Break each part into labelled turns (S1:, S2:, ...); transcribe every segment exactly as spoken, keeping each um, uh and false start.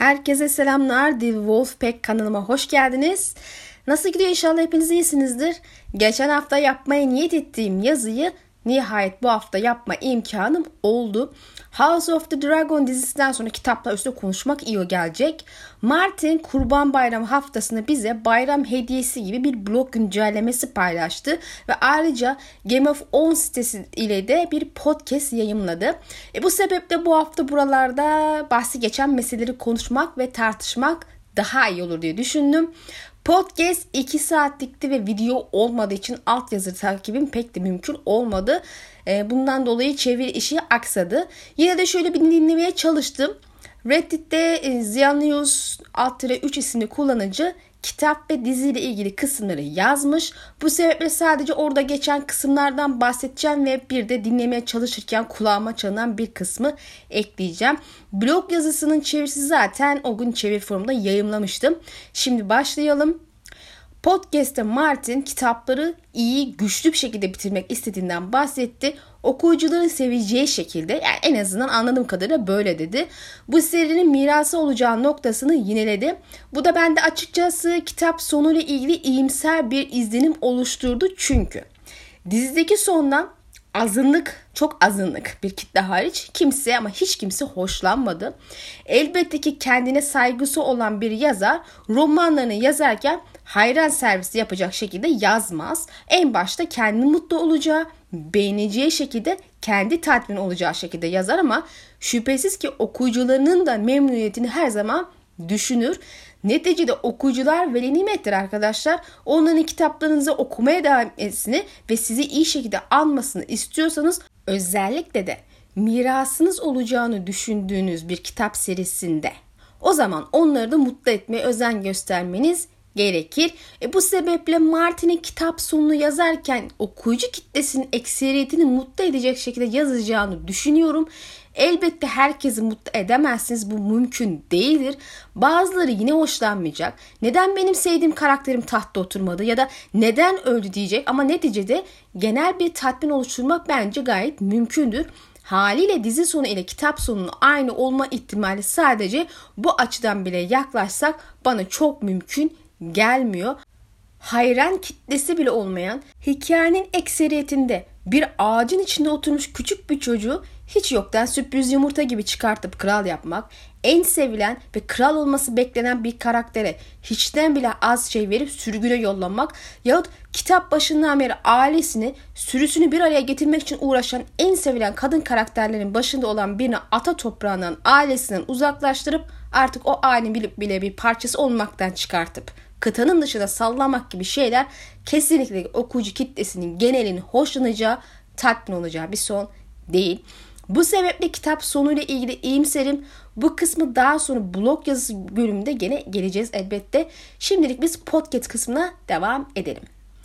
S1: Herkese selamlar. The Wolfpack kanalıma hoş geldiniz. Nasıl gidiyor? İnşallah hepiniz iyisinizdir. Geçen hafta yapmaya niyet ettiğim yazıyı nihayet bu hafta yapma imkanım oldu. House of the Dragon dizisinden sonra kitaplar üstüne konuşmak iyi gelecek. Martin Kurban Bayramı haftasında bize bayram hediyesi gibi bir blog güncellemesi paylaştı ve ayrıca Game of Thrones sitesi ile de bir podcast yayımladı. E bu sebeple bu hafta buralarda bahsi geçen meseleleri konuşmak ve tartışmak daha iyi olur diye düşündüm. Podcast iki saatlikti ve video olmadığı için altyazı takibim pek de mümkün olmadı. Bundan dolayı çeviri işi aksadı. Yine de şöyle bir dinlemeye çalıştım. Reddit'te Zianius üç isimli kullanıcı kitap ve diziyle ilgili kısımları yazmış. Bu sebeple sadece orada geçen kısımlardan bahsedeceğim ve bir de dinlemeye çalışırken kulağıma çalınan bir kısmı ekleyeceğim. Blog yazısının çevirisi zaten o gün çeviri forumunda yayımlamıştım. Şimdi başlayalım. Podcast'te Martin kitapları iyi, güçlü bir şekilde bitirmek istediğinden bahsetti. Okuyucuların seveceği şekilde, yani en azından anladığım kadarıyla böyle dedi. Bu serinin mirası olacağı noktasını yineledi. Bu da bende açıkçası kitap sonuyla ilgili iyimser bir izlenim oluşturdu. Çünkü dizideki sondan azınlık, çok azınlık bir kitle hariç kimse ama hiç kimse hoşlanmadı. Elbette ki kendine saygısı olan bir yazar romanlarını yazarken hayran servisi yapacak şekilde yazmaz. En başta kendi mutlu olacağı, beğeneceği şekilde, kendi tatmin olacağı şekilde yazar ama şüphesiz ki okuyucularının da memnuniyetini her zaman düşünür. Neticede okuyucular veli nimettir arkadaşlar. Onların kitaplarınızı okumaya devam etmesini ve sizi iyi şekilde anmasını istiyorsanız, özellikle de mirasınız olacağını düşündüğünüz bir kitap serisinde, o zaman onları da mutlu etmeye özen göstermeniz gerekir. E bu sebeple Martin'in kitap sonunu yazarken okuyucu kitlesinin ekseriyetini mutlu edecek şekilde yazacağını düşünüyorum. Elbette herkesi mutlu edemezsiniz. Bu mümkün değildir. Bazıları yine hoşlanmayacak. Neden benim sevdiğim karakterim tahtta oturmadı ya da neden öldü diyecek ama neticede genel bir tatmin oluşturmak bence gayet mümkündür. Haliyle dizi sonu ile kitap sonunun aynı olma ihtimali sadece bu açıdan bile yaklaşsak bana çok mümkün gelmiyor. Hayran kitlesi bile olmayan hikayenin ekseriyetinde bir ağacın içinde oturmuş küçük bir çocuğu hiç yoktan sürpriz yumurta gibi çıkartıp kral yapmak, en sevilen ve kral olması beklenen bir karaktere hiçten bile az şey verip sürgüne yollamak yahut kitap başından beri ailesini, sürüsünü bir araya getirmek için uğraşan en sevilen kadın karakterlerin başında olan birini ata toprağından, ailesinden uzaklaştırıp artık o ailenin bilip bile bir parçası olmaktan çıkartıp kıtanın dışında sallamak gibi şeyler kesinlikle okuyucu kitlesinin genelinin hoşlanacağı, tatmin olacağı bir son değil. Bu sebeple kitap sonuyla ilgili iyimserim. Bu kısmı daha sonra blog yazısı bölümünde gene geleceğiz elbette. Şimdilik biz podcast kısmına devam edelim.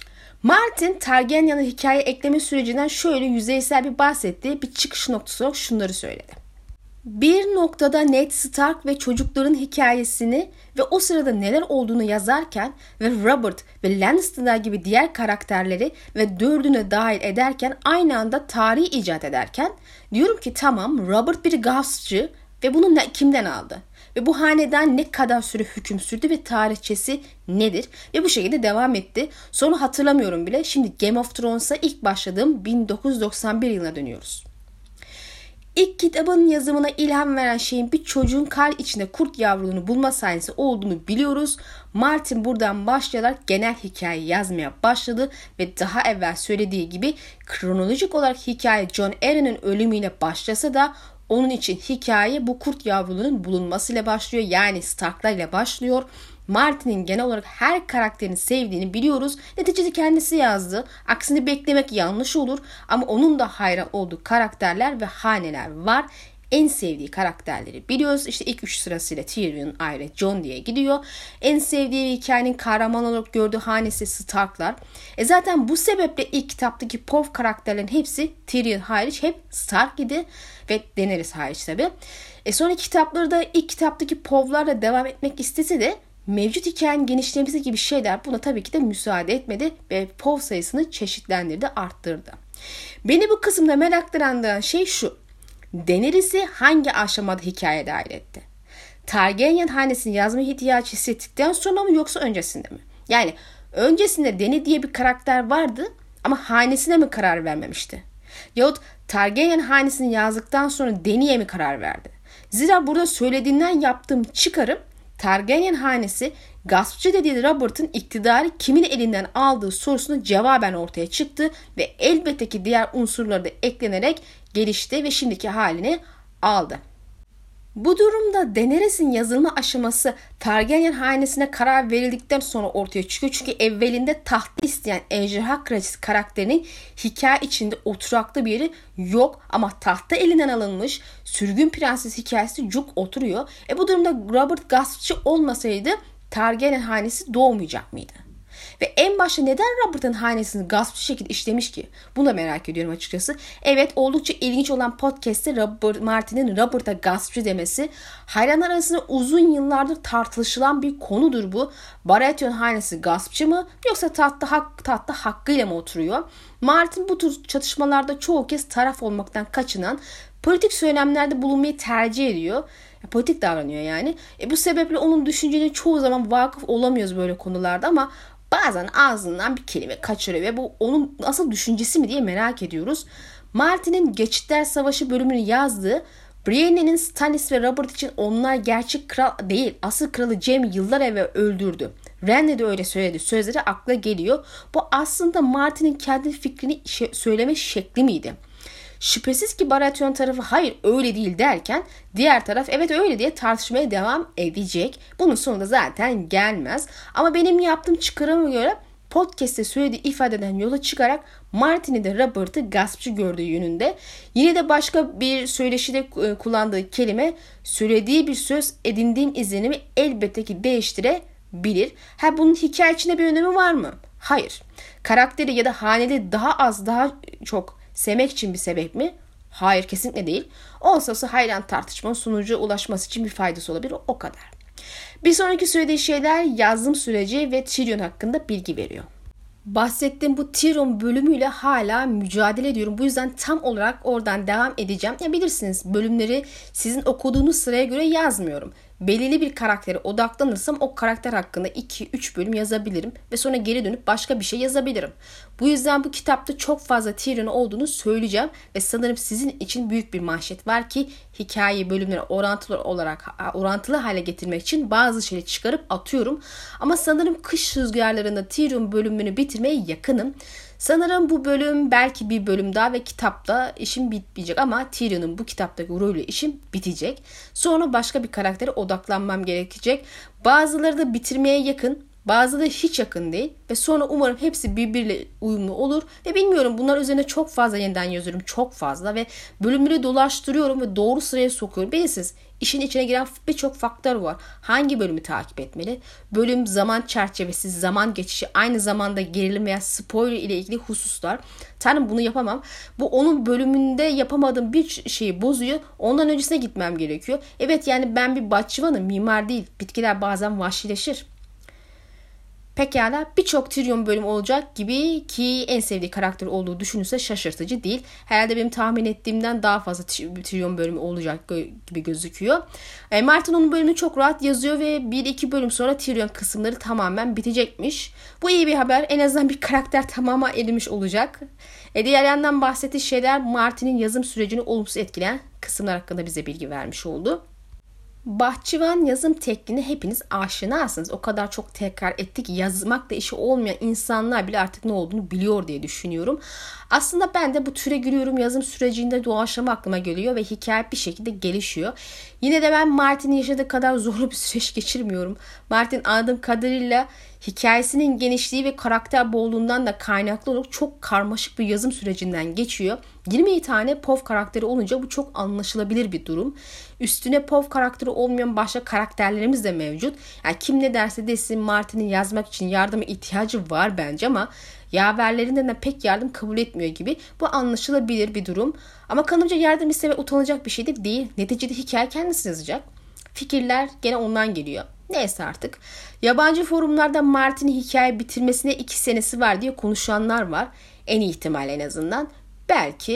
S1: Martin Targaryen'ın hikaye ekleme sürecinden şöyle yüzeysel bir bahsetti. Bir çıkış noktası olarak şunları söyledi. Bir noktada Ned Stark ve çocukların hikayesini ve o sırada neler olduğunu yazarken ve Robert ve Lannister'lar gibi diğer karakterleri ve dördüne dahil ederken aynı anda tarih icat ederken diyorum ki tamam, Robert bir gaspçı ve bunu ne, kimden aldı? Ve bu hanedan ne kadar süre hüküm sürdü ve tarihçesi nedir? Ve bu şekilde devam etti. Sonra hatırlamıyorum bile. Şimdi Game of Thrones'a ilk başladığım bin dokuz yüz doksan bir yılına dönüyoruz. İlk kitabın yazımına ilham veren şeyin bir çocuğun kar içinde kurt yavruluğunu bulma sahnesi olduğunu biliyoruz. Martin buradan başlayarak genel hikaye yazmaya başladı ve daha evvel söylediği gibi kronolojik olarak hikaye Jon Arryn'in ölümüyle başlasa da onun için hikaye bu kurt yavruluğunun bulunmasıyla başlıyor. Yani Stark'lar ile başlıyor. Martin'in genel olarak her karakterini sevdiğini biliyoruz. Neticede kendisi yazdı. Aksini beklemek yanlış olur. Ama onun da hayran olduğu karakterler ve haneler var. En sevdiği karakterleri biliyoruz. İşte ilk üç sırasıyla Tyrion, Arya, Jon diye gidiyor. En sevdiği ve hikayenin kahraman olarak gördüğü hanesi Stark'lar. E zaten bu sebeple ilk kitaptaki Pov karakterlerin hepsi Tyrion hariç hep Stark idi. Ve Daenerys hariç tabi. E sonra kitapları da ilk kitaptaki Pov'larla devam etmek istese de mevcut hikayenin genişlemesi gibi şeyler buna tabii ki de müsaade etmedi ve Pov sayısını çeşitlendirdi, arttırdı. Beni bu kısımda meraklandıran şey şu: Daenerys'i hangi aşamada hikayeye dahil etti? Targaryen hanesini yazma ihtiyacı hissettikten sonra mı yoksa öncesinde mi? Yani öncesinde Dany diye bir karakter vardı ama hanesine mi karar vermemişti? Yahut Targaryen hanesini yazdıktan sonra Dany'ye mi karar verdi? Zira burada söylediğinden yaptığım çıkarım Targaryen hanesi gaspçı dediği Robert'ın iktidarı kimin elinden aldığı sorusunu cevaben ortaya çıktı ve elbette ki diğer unsurları da eklenerek gelişti ve şimdiki halini aldı. Bu durumda Daenerys'in yazılma aşaması Targaryen hanesine karar verildikten sonra ortaya çıkıyor. Çünkü evvelinde tahtı isteyen ejderha kraliçesi karakterinin hikaye içinde oturaklı bir yeri yok. Ama tahta elinden alınmış sürgün prenses hikayesi cuk oturuyor. E bu durumda Robert gaspçı olmasaydı Targaryen hanesi doğmayacak mıydı? Ve en başta neden Robert'ın hanesini gaspçı şekilde işlemiş ki? Bunu da merak ediyorum açıkçası. Evet, oldukça ilginç olan podcast'te Robert, Martin'in Robert'a gaspçı demesi hayranlar arasında uzun yıllardır tartışılan bir konudur bu. Baratheon hanesi gaspçı mı yoksa tahtta, hak, tahtta hakkıyla mı oturuyor? Martin bu tür çatışmalarda çoğu kez taraf olmaktan kaçınan, politik söylemlerde bulunmayı tercih ediyor. Politik davranıyor yani. E bu sebeple onun düşüncelerine çoğu zaman vakıf olamıyoruz böyle konularda ama bazen ağzından bir kelime kaçırıyor ve bu onun asıl düşüncesi mi diye merak ediyoruz. Martin'in Geçitler Savaşı bölümünü yazdığı Brienne'nin Stannis ve Robert için onlar gerçek kral değil, asıl kralı Jaime yıllar evvel öldürdü. Renly de öyle söyledi. Sözleri akla geliyor. Bu aslında Martin'in kendi fikrini söyleme şekli miydi? Şüphesiz ki Baratheon tarafı hayır öyle değil derken diğer taraf evet öyle diye tartışmaya devam edecek. Bunun sonunda zaten gelmez. Ama benim yaptığım çıkarıma göre podcast'te söylediği ifadeden yola çıkarak Martin'i de Robert'ı gaspçı gördüğü yönünde. Yine de başka bir söyleşide kullandığı kelime söylediği bir söz edindiğim izlenimi elbette ki değiştirebilir. Ha, bunun hikaye içinde bir önemi var mı? Hayır. Karakteri ya da hanede daha az daha çok sevmek için bir sebep mi? Hayır, kesinlikle değil. Olsa olsa hayran tartışmanın sonuca ulaşması için bir faydası olabilir, o kadar. Bir sonraki söylediği şeyler yazım süreci ve Tyrion hakkında bilgi veriyor. Bahsettiğim bu Tyrion bölümüyle hala mücadele ediyorum. Bu yüzden tam olarak oradan devam edeceğim. Ya bilirsiniz, bölümleri sizin okuduğunuz sıraya göre yazmıyorum. Belirli bir karaktere odaklanırsam o karakter hakkında iki üç bölüm yazabilirim ve sonra geri dönüp başka bir şey yazabilirim. Bu yüzden bu kitapta çok fazla Tyrion olduğunu söyleyeceğim ve sanırım sizin için büyük bir manşet var ki hikayeyi bölümlere orantılı olarak orantılı hale getirmek için bazı şeyleri çıkarıp atıyorum. Ama sanırım kış rüzgarlarında Tyrion bölümünü bitirmeye yakınım. Sanırım bu bölüm belki bir bölüm daha ve kitapta işim bitmeyecek ama Tyrion'un bu kitaptaki rolüyle işim bitecek. Sonra başka bir karaktere odaklanmam gerekecek. Bazıları da bitirmeye yakın, bazıları da hiç yakın değil ve sonra umarım hepsi birbiriyle uyumlu olur ve bilmiyorum, bunlar üzerine çok fazla yeniden yazıyorum, çok fazla ve bölümleri dolaştırıyorum ve doğru sıraya sokuyorum. Bilirsiniz, İşin içine giren birçok faktör var. Hangi bölümü takip etmeli? Bölüm zaman çerçevesi, zaman geçişi, aynı zamanda gerilim veya spoiler ile ilgili hususlar. Tanrım, bunu yapamam. Bu onun bölümünde yapamadığım bir şeyi bozuyor. Ondan öncesine gitmem gerekiyor. Evet, yani ben bir bahçıvanım, mimar değil. Bitkiler bazen vahşileşir. Pekala, birçok Tyrion bölümü olacak gibi ki en sevdiği karakter olduğu düşünülse şaşırtıcı değil. Herhalde benim tahmin ettiğimden daha fazla Tyrion bölümü olacak gibi gözüküyor. E, Martin onun bölümünü çok rahat yazıyor ve bir iki bölüm sonra Tyrion kısımları tamamen bitecekmiş. Bu iyi bir haber. En azından bir karakter tamamen erimiş olacak. E, diğer yandan bahsettiği şeyler Martin'in yazım sürecini olumsuz etkileyen kısımlar hakkında bize bilgi vermiş oldu. Bahçıvan yazım tekniğine hepiniz aşinasınız. O kadar çok tekrar ettik ki yazmakla işi olmayan insanlar bile artık ne olduğunu biliyor diye düşünüyorum. Aslında ben de bu türe giriyorum. Yazım sürecinde doğaçlama aklıma geliyor ve hikaye bir şekilde gelişiyor. Yine de ben Martin'in yaşadığı kadar zorlu bir süreç geçirmiyorum. Martin anladığım kadarıyla hikayesinin genişliği ve karakter bolluğundan da kaynaklı olarak çok karmaşık bir yazım sürecinden geçiyor. yirmi tane P O V karakteri olunca bu çok anlaşılabilir bir durum. Üstüne P O V karakteri olmayan başka karakterlerimiz de mevcut. Yani kim ne derse desin Martin'in yazmak için yardıma ihtiyacı var bence ama yaverlerinden de pek yardım kabul etmiyor gibi. Bu anlaşılabilir bir durum. Ama kanımca yardım isteme utanılacak bir şey de değil. Neticede hikaye kendisi yazacak. Fikirler gene ondan geliyor. Neyse artık. Yabancı forumlarda Martin'in hikaye bitirmesine iki senesi var diye konuşanlar var. En iyi ihtimal en azından. Belki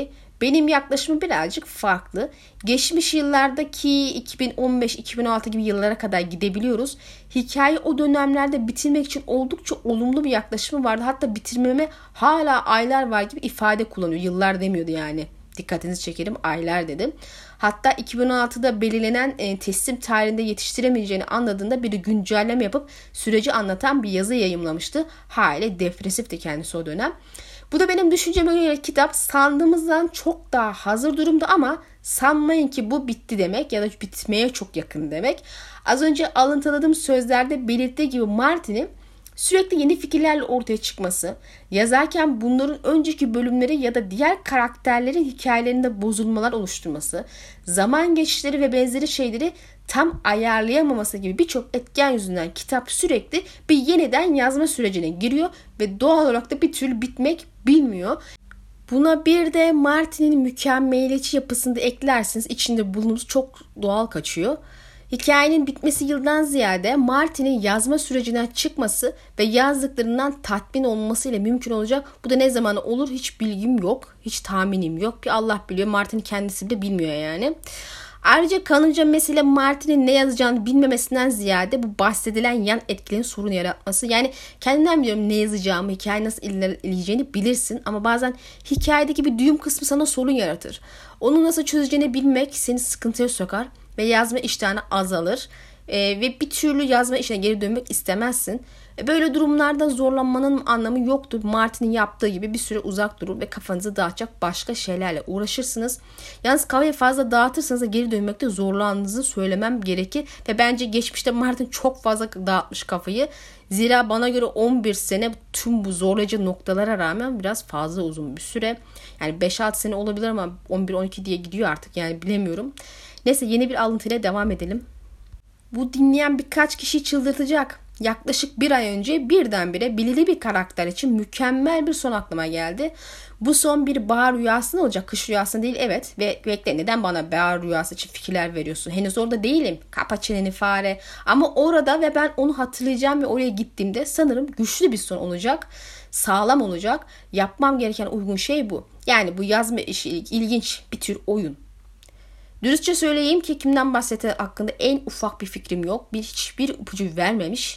S1: Benim yaklaşımım birazcık farklı. Geçmiş yıllardaki iki bin on beş iki bin on altı gibi yıllara kadar gidebiliyoruz. Hikaye o dönemlerde bitirmek için oldukça olumlu bir yaklaşımı vardı. Hatta bitirmeme hala aylar var gibi ifade kullanıyor. Yıllar demiyordu yani. Dikkatinizi çekerim, aylar dedim. Hatta iki bin on altıda belirlenen e, teslim tarihinde yetiştiremeyeceğini anladığında bir de güncelleme yapıp süreci anlatan bir yazı yayımlamıştı. Hali depresifti kendisi o dönem. Bu da benim düşünceme göre kitap sandığımızdan çok daha hazır durumda ama sanmayın ki bu bitti demek ya da bitmeye çok yakın demek. Az önce alıntıladığım sözlerde belirttiği gibi Martin'in sürekli yeni fikirlerle ortaya çıkması, yazarken bunların önceki bölümleri ya da diğer karakterlerin hikayelerinde bozulmalar oluşturması, zaman geçişleri ve benzeri şeyleri tam ayarlayamaması gibi birçok etken yüzünden kitap sürekli bir yeniden yazma sürecine giriyor ve doğal olarak da bir türlü bitmek bilmiyor. Buna bir de Martin'in mükemmeliyetçi yapısını da eklerseniz içinde bulunduğumuz çok doğal kaçıyor. Hikayenin bitmesi yıldan ziyade Martin'in yazma sürecinden çıkması ve yazdıklarından tatmin olmasıyla mümkün olacak. Bu da ne zaman olur hiç bilgim yok. Hiç tahminim yok ki Allah biliyor. Martin kendisi bile bilmiyor yani. Ayrıca kanımca mesele Martin'in ne yazacağını bilmemesinden ziyade bu bahsedilen yan etkilerin sorun yaratması. Yani kendimden biliyorum ne yazacağımı, hikaye nasıl ilerleyeceğini bilirsin ama bazen hikayedeki bir düğüm kısmı sana sorun yaratır. Onu nasıl çözeceğini bilmek seni sıkıntıya sokar ve yazma iştahı azalır ee, ve bir türlü yazma işine geri dönmek istemezsin. E, böyle durumlarda zorlanmanın anlamı yoktur. Martin'in yaptığı gibi bir süre uzak durur ve kafanızı dağıtacak başka şeylerle uğraşırsınız. Yalnız kafayı fazla dağıtırsanız da geri dönmekte zorlandığınızı söylemem gerekir. Ve bence geçmişte Martin çok fazla dağıtmış kafayı. Zira bana göre on bir sene tüm bu zorlayıcı noktalara rağmen biraz fazla uzun bir süre. Yani beş altı sene olabilir ama on bir on iki diye gidiyor artık yani bilemiyorum. Neyse yeni bir alıntıyla devam edelim. Bu dinleyen birkaç kişiyi çıldırtacak. Yaklaşık bir ay önce birdenbire belirli bir karakter için mükemmel bir son aklıma geldi. Bu son bir bahar rüyası olacak. Kış rüyası değil evet. Ve bekle neden bana bahar rüyası için fikirler veriyorsun? Henüz orada değilim. Kapa çeneni fare. Ama orada ve ben onu hatırlayacağım ve oraya gittiğimde sanırım güçlü bir son olacak. Sağlam olacak. Yapmam gereken uygun şey bu. Yani bu yazma işi ilginç bir tür oyun. Dürüstçe söyleyeyim ki kimden bahsettiği hakkında en ufak bir fikrim yok. Bir hiçbir ipucu vermemiş.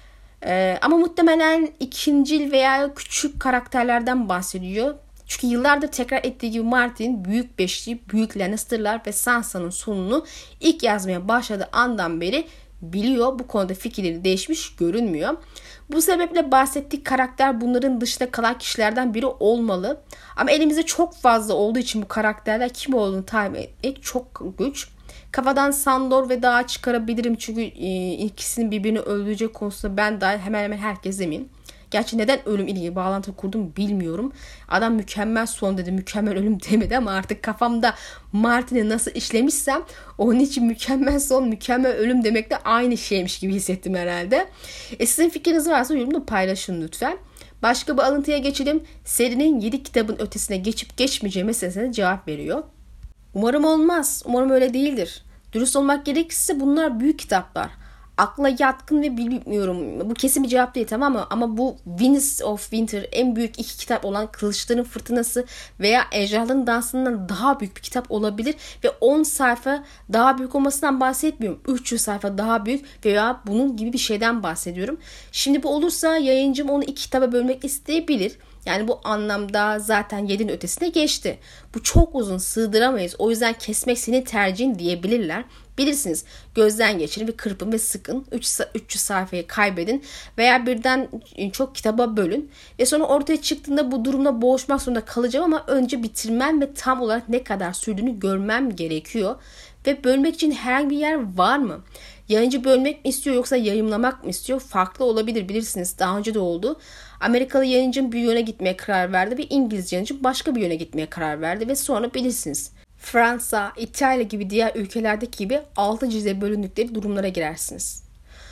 S1: Ee, ama muhtemelen ikincil veya küçük karakterlerden bahsediyor. Çünkü yıllardır tekrar ettiği gibi Martin büyük beşli, büyük Lannister'lar ve Sansa'nın sonunu ilk yazmaya başladığı andan beri biliyor. Bu konuda fikirleri değişmiş görünmüyor. Bu sebeple bahsettiği karakter bunların dışında kalan kişilerden biri olmalı. Ama elimizde çok fazla olduğu için bu karakterler kim olduğunu tahmin etmek çok güç. Kafadan Sandor ve Dağ çıkarabilirim çünkü e, ikisinin birbirini öldürecek konusunda ben dahil hemen hemen herkes emin. Gerçi neden ölüm ilgili bağlantı kurdum bilmiyorum. Adam mükemmel son dedi, mükemmel ölüm demedi ama artık kafamda Martin'i nasıl işlemişsem onun için mükemmel son, mükemmel ölüm demekle aynı şeymiş gibi hissettim herhalde. E sizin fikriniz varsa yorumda paylaşın lütfen. Başka bir alıntıya geçelim. Serinin yedi kitabın ötesine geçip geçmeyeceği meselesine cevap veriyor. Umarım olmaz. Umarım öyle değildir. Dürüst olmak gerekirse bunlar büyük kitaplar. Akla yatkın ve bilmiyorum. Bu kesin bir cevap değil tamam mı? Ama bu Winds of Winter en büyük iki kitap olan Kılıçların Fırtınası veya Ejderhaların Dansı'ndan daha büyük bir kitap olabilir. Ve on sayfa daha büyük olmasından bahsetmiyorum. üç yüz sayfa daha büyük veya bunun gibi bir şeyden bahsediyorum. Şimdi bu olursa yayıncım onu iki kitaba bölmek isteyebilir. Yani bu anlamda zaten yedinin ötesine geçti. Bu çok uzun sığdıramayız. O yüzden kesmek senin tercihin diyebilirler. Bilirsiniz gözden geçirin ve kırpın ve sıkın. üç yüz sayfayı kaybedin veya birden çok kitaba bölün. Ve sonra ortaya çıktığında bu durumda boğuşmak zorunda kalacağım ama önce bitirmem ve tam olarak ne kadar sürdüğünü görmem gerekiyor. Ve bölmek için herhangi bir yer var mı? Yayıncı bölmek mi istiyor yoksa yayımlamak mı istiyor? Farklı olabilir bilirsiniz. Daha önce de oldu. Amerikalı yayıncım bir yöne gitmeye karar verdi ve İngiliz yayıncım başka bir yöne gitmeye karar verdi ve sonra bilirsiniz. Fransa, İtalya gibi diğer ülkelerdeki gibi altı cilde bölündükleri durumlara girersiniz.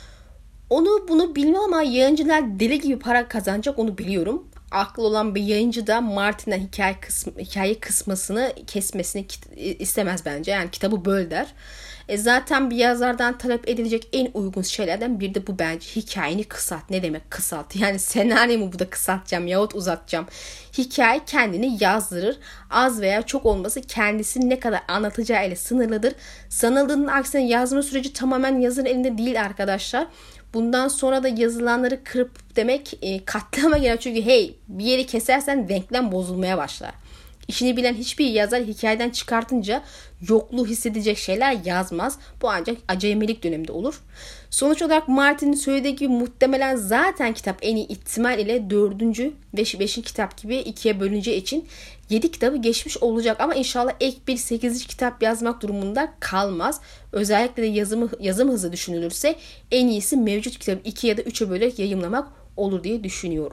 S1: Onu bunu bilmem ama yayıncılar deli gibi para kazanacak onu biliyorum. Aklı olan bir yayıncı da Martin'den hikaye, kısm- hikaye kısmasını kesmesini kit- istemez bence. Yani kitabı böl der. E zaten bir yazardan talep edilecek en uygun şeylerden biri de bu bence. Hikayeni kısalt. Ne demek kısalt? Yani senaryomu bu da kısaltacağım yahut uzatacağım. Hikaye kendini yazdırır. Az veya çok olması kendisini ne kadar anlatacağı ile sınırlıdır. Sanıldığının aksine yazma süreci tamamen yazarın elinde değil arkadaşlar. Bundan sonra da yazılanları kırıp demek e, katliama girer. Çünkü hey, bir yeri kesersen denklem bozulmaya başlar. İşini bilen hiçbir yazar hikayeden çıkartınca yokluğu hissedecek şeyler yazmaz. Bu ancak acemilik döneminde olur. Sonuç olarak Martin'in söylediği gibi muhtemelen zaten kitap en iyi ihtimal ile dördüncü ve beşinci kitap gibi ikiye bölüneceği için yedi kitabı geçmiş olacak. Ama inşallah ek bir sekizinci kitap yazmak durumunda kalmaz. Özellikle de yazımı, yazım hızı düşünülürse en iyisi mevcut kitabı iki ya da üçe bölerek yayımlamak olur diye düşünüyorum.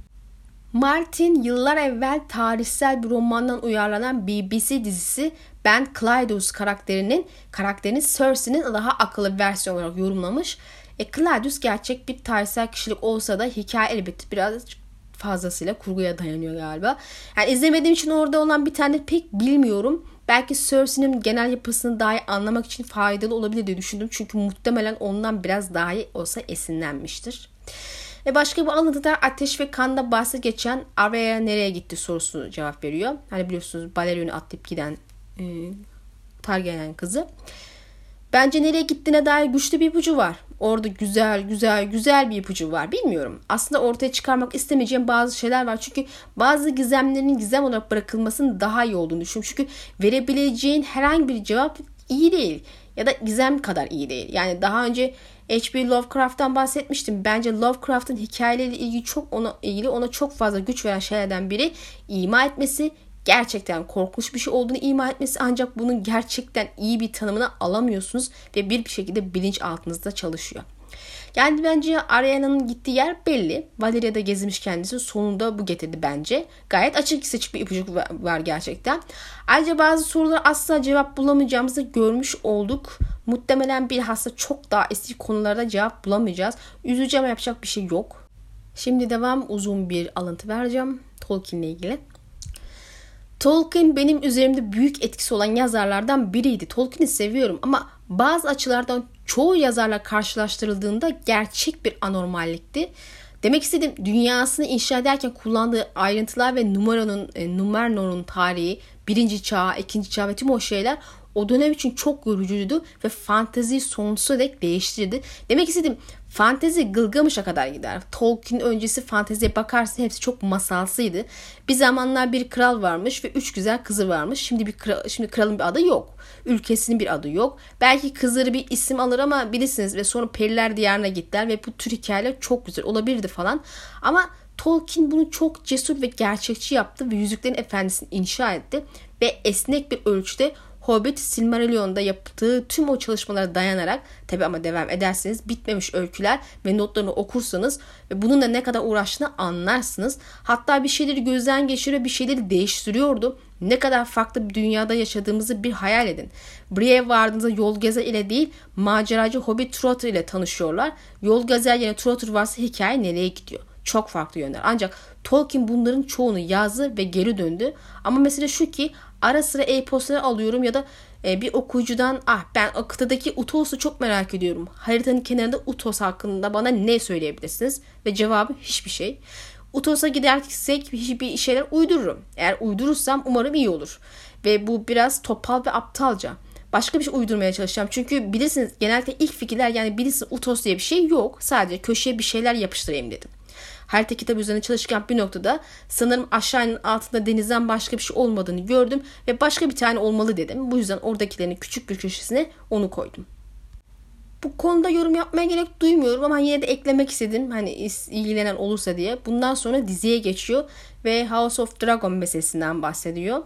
S1: Martin yıllar evvel tarihsel bir romandan uyarlanan B B C dizisi Ben Clydeus karakterinin karakterini Cersei'nin daha akıllı bir versiyon olarak yorumlamış. E, Clydeus gerçek bir tarihsel kişilik olsa da hikaye elbette biraz fazlasıyla kurguya dayanıyor galiba. Yani izlemediğim için orada olan bir tane pek bilmiyorum. Belki Cersei'nin genel yapısını daha iyi anlamak için faydalı olabilir diye düşündüm. Çünkü muhtemelen ondan biraz daha iyi olsa esinlenmiştir. Ve başka bir alıntıda Ateş ve Kan'da bahsi geçen Arya nereye gitti sorusunu cevap veriyor. Hani biliyorsunuz Balerionu atlayıp giden e, Targaryen kızı. Bence nereye gittiğine dair güçlü bir ipucu var. Orada güzel güzel güzel bir ipucu var. Bilmiyorum. Aslında ortaya çıkarmak istemeyeceğim bazı şeyler var. Çünkü bazı gizemlerin gizem olarak bırakılmasının daha iyi olduğunu düşünüyorum. Çünkü verebileceğin herhangi bir cevap iyi değil. Ya da gizem kadar iyi değil. Yani daha önce H P Lovecraft'tan bahsetmiştim. Bence Lovecraft'ın hikayeleriyle ilgili çok ona ilgili ona çok fazla güç veren şeylerden biri ima etmesi, gerçekten korkunç bir şey olduğunu ima etmesi, ancak bunun gerçekten iyi bir tanımını alamıyorsunuz ve bir bir şekilde bilinçaltınızda çalışıyor. Yani bence Arya'nın gittiği yer belli. Valeria'da gezmiş kendisi. Sonunda bu getirdi bence. Gayet açık seçik bir ipucu var gerçekten. Ayrıca bazı sorulara asla cevap bulamayacağımızı görmüş olduk. Muhtemelen bilhassa çok daha eski konularda cevap bulamayacağız. Üzücü ama yapacak bir şey yok. Şimdi devam, uzun bir alıntı vereceğim Tolkien'le ilgili. Tolkien benim üzerimde büyük etkisi olan yazarlardan biriydi. Tolkien'i seviyorum ama bazı açılardan çoğu yazarla karşılaştırıldığında gerçek bir anormallikti. Demek istediğim, dünyasını inşa ederken kullandığı ayrıntılar ve numaranın, e, Numenor'un tarihi, birinci çağ, ikinci çağ ve tüm o şeyler o dönem için çok yorucuydu ve fanteziyi sonsuza dek değiştirdi. Demek istediğim, fantezi Gılgamış'a kadar gider. Tolkien öncesi fanteziye bakarsın hepsi çok masalsıydı. Bir zamanlar bir kral varmış ve üç güzel kızı varmış. Şimdi bir kral, şimdi kralın bir adı yok. Ülkesinin bir adı yok. Belki kızları bir isim alır ama bilirsiniz ve sonra periler diyarına gittiler ve bu tür hikayeler çok güzel olabilirdi falan. Ama Tolkien bunu çok cesur ve gerçekçi yaptı ve Yüzüklerin Efendisi'ni inşa etti ve esnek bir ölçüde Hobbit, Silmarillion'da yaptığı tüm o çalışmalara dayanarak, tabi ama devam ederseniz bitmemiş öyküler ve notlarını okursanız ve bununla ne kadar uğraştığını anlarsınız. Hatta bir şeyleri gözden geçiriyor, bir şeyleri değiştiriyordu. Ne kadar farklı bir dünyada yaşadığımızı bir hayal edin. Brienne vardığınızda yol gezer ile değil, maceracı Hobbit Trotter ile tanışıyorlar. Yol gezer yerine Trotter varsa hikaye nereye gidiyor? Çok farklı yönler. Ancak Tolkien bunların çoğunu yazdı ve geri döndü. Ama mesele şu ki, ara sıra e-postaları alıyorum ya da e, bir okuyucudan ah ben o kıtadaki Utos'u çok merak ediyorum. Haritanın kenarında Utos hakkında bana ne söyleyebilirsiniz? Ve cevabı hiçbir şey. Utos'a gidersek bir şeyler uydururum. Eğer uydurursam umarım iyi olur. Ve bu biraz topal ve aptalca. Başka bir şey uydurmaya çalışacağım. Çünkü bilirsiniz genelde ilk fikirler, yani bilirsiniz Utos diye bir şey yok. Sadece köşeye bir şeyler yapıştırayım dedim. Harita kitabı üzerine çalışırken bir noktada sanırım aşağının altında denizden başka bir şey olmadığını gördüm ve başka bir tane olmalı dedim. Bu yüzden oradakilerin küçük bir köşesine onu koydum. Bu konuda yorum yapmaya gerek duymuyorum ama yine de eklemek istedim. Hani ilgilenen olursa diye. Bundan sonra diziye geçiyor ve House of Dragon meselesinden bahsediyor.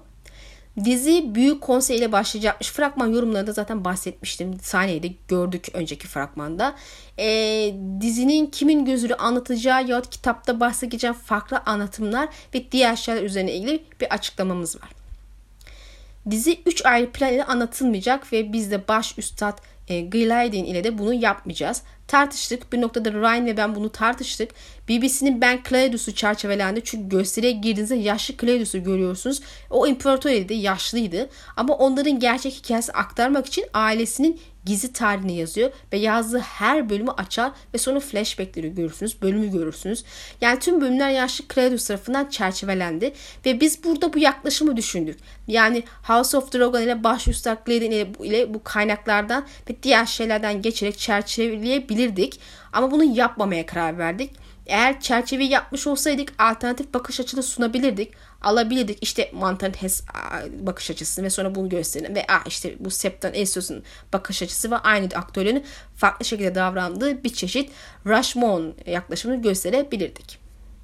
S1: Dizi büyük konsey ile başlayacakmış. Fragman yorumlarında zaten bahsetmiştim. Sahneyi de gördük önceki fragmanda. Ee, dizinin kimin gözünü anlatacağı yahut kitapta bahsedeceğim farklı anlatımlar ve diğer şeyler üzerine ilgili bir açıklamamız var. Dizi üç ayrı plan ile anlatılmayacak ve biz de baş üstad e, Gillian ile de bunu yapmayacağız. Tartıştık. Bir noktada Ryan ve ben bunu tartıştık. B B C'nin Ben Cleidus'u çerçevelendi. Çünkü gösteriye girdiğinizde yaşlı Cleidus'u görüyorsunuz. O imparatoriydi, yaşlıydı. Ama onların gerçek hikayesi aktarmak için ailesinin gizli tarihini yazıyor ve yazdığı her bölümü açar ve sonra flashbackleri görürsünüz, bölümü görürsünüz. Yani tüm bölümler yaşlı Claudius tarafından çerçevelendi ve biz burada bu yaklaşımı düşündük. Yani House of Dragon ile baş üstad Gladden ile, ile bu kaynaklardan ve diğer şeylerden geçerek çerçeveleyebilirdik ama bunu yapmamaya karar verdik. Eğer çerçeveyi yapmış olsaydık alternatif bakış açısı sunabilirdik. Alabilirdik işte mantarın hes bakış açısını ve sonra bunu gösterelim. Ve ah işte bu Septon Esios'un bakış açısı ve aynı aktörlerin farklı şekilde davrandığı bir çeşit Rashomon yaklaşımını gösterebilirdik.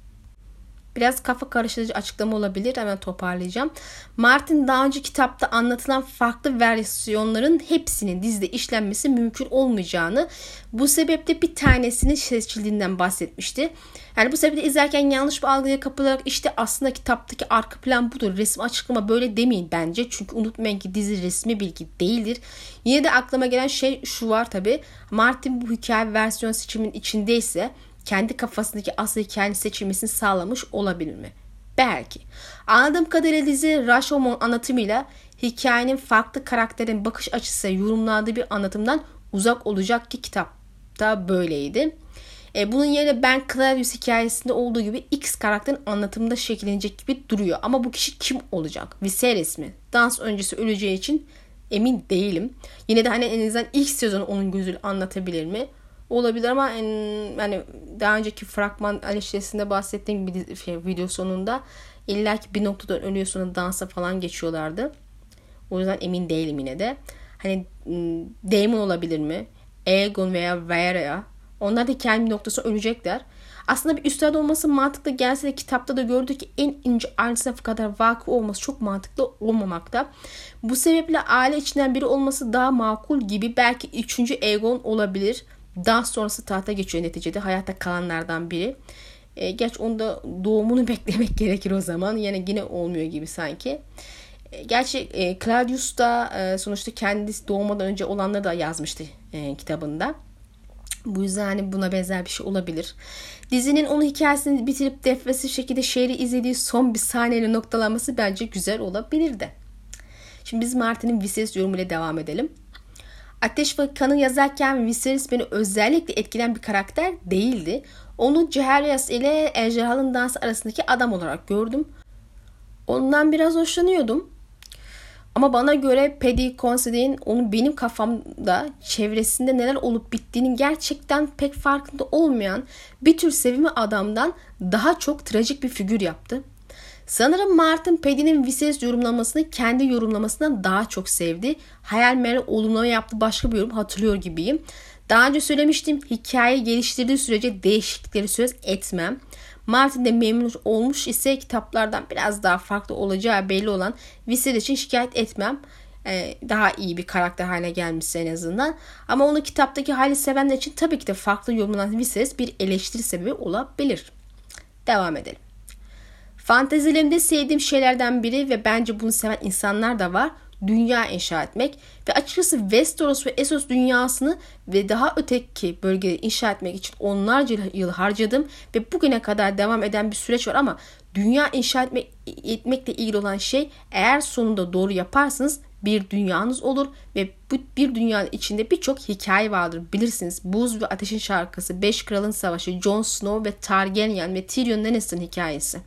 S1: Biraz kafa karıştırıcı açıklama olabilir. Hemen toparlayacağım. Martin daha önce kitapta anlatılan farklı versiyonların hepsinin dizide işlenmesi mümkün olmayacağını, bu sebeple bir tanesinin seçildiğinden bahsetmişti. Yani bu sebeple izlerken yanlış bir algıya kapılarak işte aslında kitaptaki arka plan budur, resim açıklama böyle demeyin bence. Çünkü unutmayın ki dizi resmi bilgi değildir. Yine de aklıma gelen şey şu var tabii. Martin bu hikaye versiyon seçiminin içindeyse kendi kafasındaki asıl hikayenin seçilmesini sağlamış olabilir mi? Belki. Anladığım kadarıyla dizi Rashomon anlatımıyla hikayenin farklı karakterin bakış açısıyla yorumlandığı bir anlatımdan uzak olacak ki kitapta böyleydi. E, bunun yerine Ben Claudius hikayesinde olduğu gibi X karakterin anlatımında şekillenecek gibi duruyor. Ama bu kişi kim olacak? Viserys mi? Dans öncesi öleceği için emin değilim. Yine de hani en azından ilk sezonu onun gözüyle anlatabilir mi? Olabilir ama en, yani daha önceki fragman eleştirisinde bahsettiğim bir şey, video sonunda illaki bir noktadan ölüyor sonra dansa falan geçiyorlardı. O yüzden emin değilim yine de. Hani Daemon olabilir mi? Aegon veya Rhaenyra. Onlar da kendi noktasına ölecekler. Aslında bir üstad olması mantıklı gelse de kitapta da gördük ki en ince ayrıntısına kadar vakı olması çok mantıklı olmamakta. Bu sebeple aile içinden biri olması daha makul gibi. Belki üçüncü Aegon olabilir. Daha sonrası tahta geçiyor neticede. Hayatta kalanlardan biri. E, gerçi onda doğumunu beklemek gerekir o zaman. Yani yine olmuyor gibi sanki. E, gerçi e, Claudius da e, sonuçta kendisi doğmadan önce olanları da yazmıştı e, kitabında. Bu yüzden hani buna benzer bir şey olabilir. Dizinin onun hikayesini bitirip deflasif şekilde şehri izlediği son bir sahneyle noktalanması bence güzel olabilirdi. Şimdi biz Martin'in Viserys yorumuyla devam edelim. Ateş ve Kan'ı yazarken Viserys beni özellikle etkilen bir karakter değildi. Onu Jaehaerys ile Ejderhaların Dansı arasındaki adam olarak gördüm. Ondan biraz hoşlanıyordum. Ama bana göre Paddy Considine'in onu benim kafamda çevresinde neler olup bittiğinin gerçekten pek farkında olmayan bir tür sevimli adamdan daha çok trajik bir figür yaptı. Sanırım Martin Paddy'nin Viserys yorumlamasını kendi yorumlamasından daha çok sevdi. Hayal meyal olumlama yaptığı başka bir yorum hatırlıyor gibiyim. Daha önce söylemiştim, hikayeyi geliştirdiği sürece değişiklikleri söz etmem. Martin de memnun olmuş ise kitaplardan biraz daha farklı olacağı belli olan Viserys için şikayet etmem. Ee, daha iyi bir karakter haline gelmişse en azından. Ama onu kitaptaki hali sevenler için tabii ki de farklı yorumlanan Viserys bir eleştiri sebebi olabilir. Devam edelim. Fantezilerimde sevdiğim şeylerden biri ve bence bunu seven insanlar da var. Dünya inşa etmek ve açıkçası Westeros ve Essos dünyasını ve daha öteki bölgeleri inşa etmek için onlarca yıl harcadım ve bugüne kadar devam eden bir süreç var ama dünya inşa etmek, etmekle ilgili olan şey eğer sonunda doğru yaparsanız bir dünyanız olur ve bu bir dünyanın içinde birçok hikaye vardır. Bilirsiniz Buz ve Ateşin Şarkısı, Beş Kralın Savaşı, Jon Snow ve Targaryen ve Tyrion Lannister'ın hikayesi.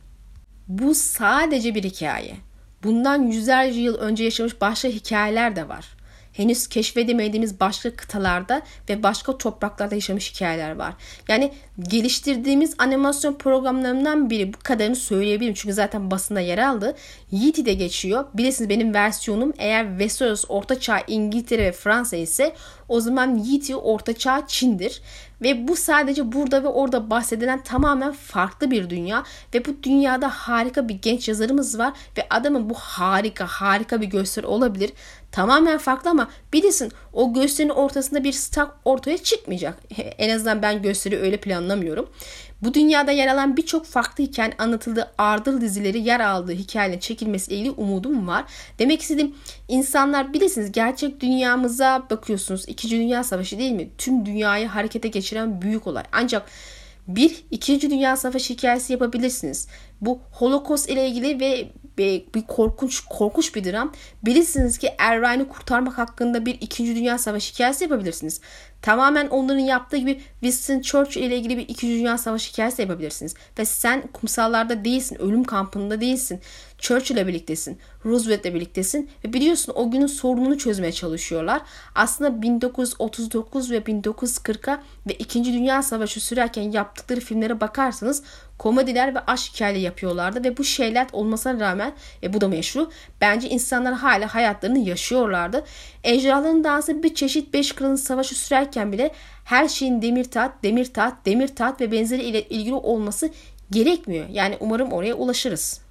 S1: Bu sadece bir hikaye. Bundan yüzlerce yıl önce yaşamış başka hikayeler de var. Henüz keşfedemediğimiz başka kıtalarda ve başka topraklarda yaşamış hikayeler var. Yani geliştirdiğimiz animasyon programlarından biri, bu kadarını söyleyebilirim. Çünkü zaten basında yer aldı. Yiğit'de geçiyor. Bilirsiniz benim versiyonum eğer Westeros Ortaçağ İngiltere ve Fransa ise o zaman Yiğit'i Ortaçağ Çin'dir. Ve bu sadece burada ve orada bahsedilen tamamen farklı bir dünya. Ve bu dünyada harika bir genç yazarımız var. Ve adamın bu harika harika bir gösteri olabilir. Tamamen farklı ama bilirsin o gösterinin ortasında bir Stark ortaya çıkmayacak. En azından ben gösteri öyle planlamıyorum. Bu dünyada yer alan birçok farklı hikayenin anlatıldığı ardıl dizileri yer aldığı hikayenin çekilmesiyle ilgili umudum var. Demek istediğim insanlar bilirsiniz gerçek dünyamıza bakıyorsunuz. İkinci Dünya Savaşı değil mi? Tüm dünyayı harekete geçiren büyük olay. Ancak bir İkinci Dünya Savaşı hikayesi yapabilirsiniz. Bu Holocaust ile ilgili ve bir, bir korkunç korkunç bir dram. Bilirsiniz ki Er Ryan'ı kurtarmak hakkında bir İkinci Dünya Savaşı hikayesi yapabilirsiniz. Tamamen onların yaptığı gibi Winston Churchill ile ilgili bir İkinci Dünya Savaşı hikayesi yapabilirsiniz. Ve sen kumsallarda değilsin, ölüm kampında değilsin. Churchill'le birliktesin, Roosevelt'le birliktesin ve biliyorsun o günün sorununu çözmeye çalışıyorlar. Aslında bin dokuz yüz otuz dokuz ve bin dokuz yüz kırka ve İkinci Dünya Savaşı sürerken yaptıkları filmlere bakarsanız komediler ve aşk hikayeleri yapıyorlardı ve bu şeyler olmasına rağmen e bu da meşru. Bence insanlar hala hayatlarını yaşıyorlardı. Ejderhaların Dansı bir çeşit Beş Kralın Savaşı sürerken bile her şeyin demir taht, demir taht, demir taht ve benzeri ile ilgili olması gerekmiyor. Yani umarım oraya ulaşırız.